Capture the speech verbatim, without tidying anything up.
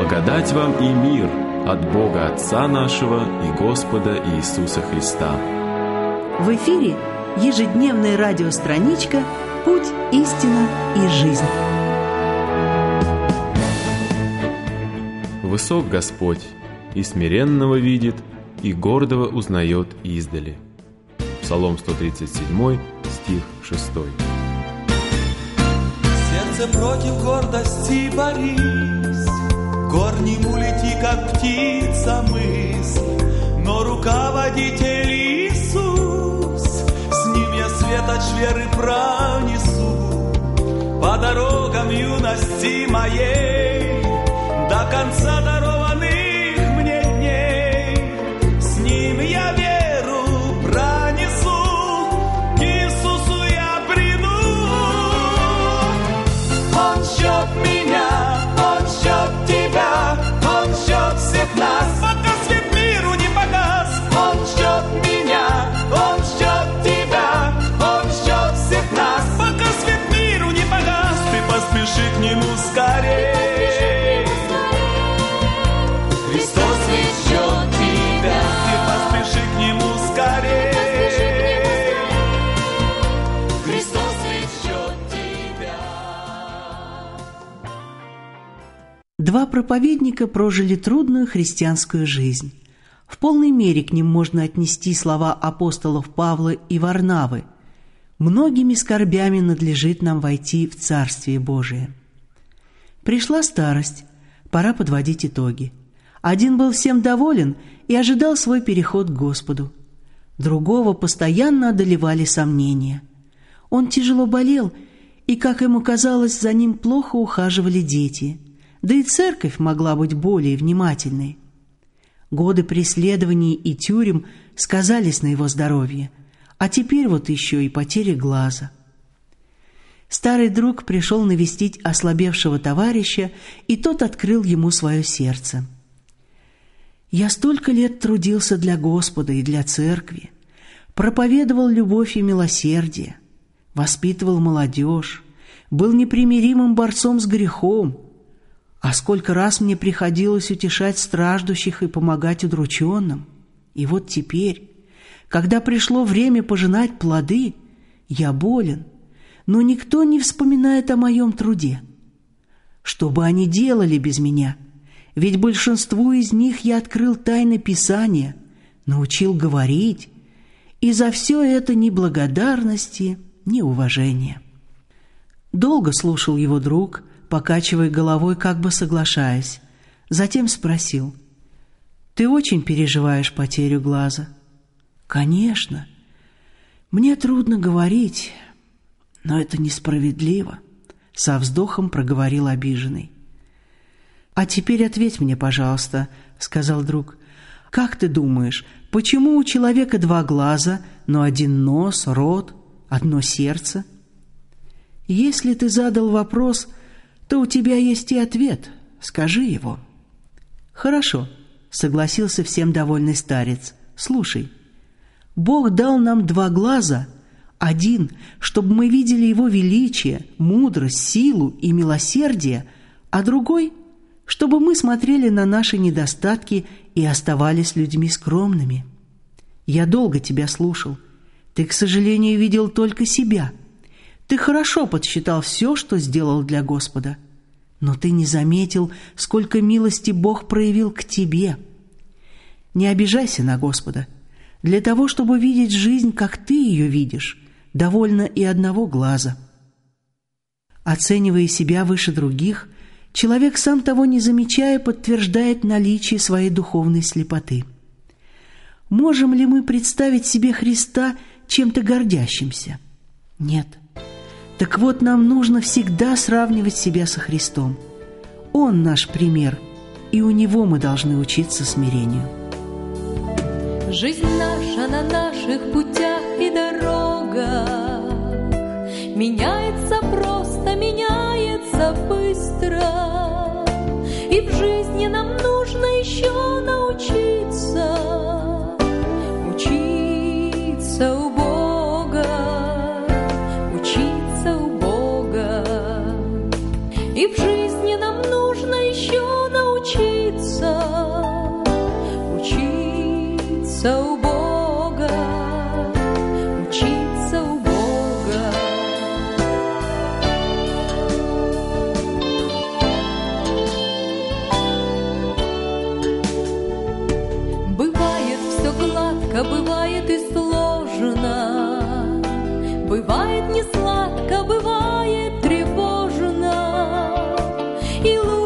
Благодать вам и мир от Бога Отца нашего и Господа Иисуса Христа. В эфире ежедневная радиостраничка «Путь, истина и жизнь». Высок Господь, и смиренного видит, и гордого узнает издали. Псалом сто тридцать семь, стих шесть. Сердце против гордости борись, горнему лети, как птица мысль, но руководитель Иисус, с ним я светоч веры пронесу по дорогам юности моей до конца дарованных мне дней. С ним я веру пронесу, к Иисусу я приду. Он ждет меня, Он ждет тебя, Он ждет всех нас, пока свет миру не погас. Он ждет меня, Он ждет тебя, Он ждет всех нас, пока свет миру не погас. Ты поспеши к Нему скорее. Христос ведь ждет тебя, ты поспеши к Нему скорее. Христос ведь ждет тебя. Два проповедника прожили трудную христианскую жизнь. В полной мере к ним можно отнести слова апостолов Павла и Варнавы: «Многими скорбями надлежит нам войти в Царствие Божие». Пришла старость, пора подводить итоги. Один был всем доволен и ожидал свой переход к Господу. Другого постоянно одолевали сомнения. Он тяжело болел, и, как ему казалось, за ним плохо ухаживали дети, да и церковь могла быть более внимательной. Годы преследований и тюрем сказались на его здоровье, а теперь вот еще и потеря глаза. Старый друг пришел навестить ослабевшего товарища, и тот открыл ему свое сердце. «Я столько лет трудился для Господа и для церкви, проповедовал любовь и милосердие, воспитывал молодежь, был непримиримым борцом с грехом. А сколько раз мне приходилось утешать страждущих и помогать удрученным. И вот теперь, когда пришло время пожинать плоды, я болен, но никто не вспоминает о моем труде. Что бы они делали без меня? Ведь большинству из них я открыл тайны Писания, научил говорить, и за все это ни благодарности, ни уважения». Долго слушал его друг, покачивая головой, как бы соглашаясь. Затем спросил: «Ты очень переживаешь потерю глаза?» «Конечно. Мне трудно говорить, но это несправедливо», — со вздохом проговорил обиженный. «А теперь ответь мне, пожалуйста», — сказал друг. «Как ты думаешь, почему у человека два глаза, но один нос, рот, одно сердце?» «Если ты задал вопрос, то у тебя есть и ответ. Скажи его». «Хорошо», — согласился всем довольный старец. «Слушай, Бог дал нам два глаза, один, чтобы мы видели Его величие, мудрость, силу и милосердие, а другой — чтобы мы смотрели на наши недостатки и оставались людьми скромными. Я долго тебя слушал. Ты, к сожалению, видел только себя. Ты хорошо подсчитал все, что сделал для Господа. Но ты не заметил, сколько милости Бог проявил к тебе. Не обижайся на Господа. Для того, чтобы видеть жизнь, как ты ее видишь, довольно и одного глаза». Оценивая себя выше других, человек, сам того не замечая, подтверждает наличие своей духовной слепоты. Можем ли мы представить себе Христа чем-то гордящимся? Нет. Так вот, нам нужно всегда сравнивать себя со Христом. Он наш пример, и у Него мы должны учиться смирению. Жизнь наша на наших путях и дорогах меняется просто, меняется быстро. И в жизни нам нужно еще научиться, учиться у Бога, учиться у Бога. И в жизни нам нужно еще научиться и лук.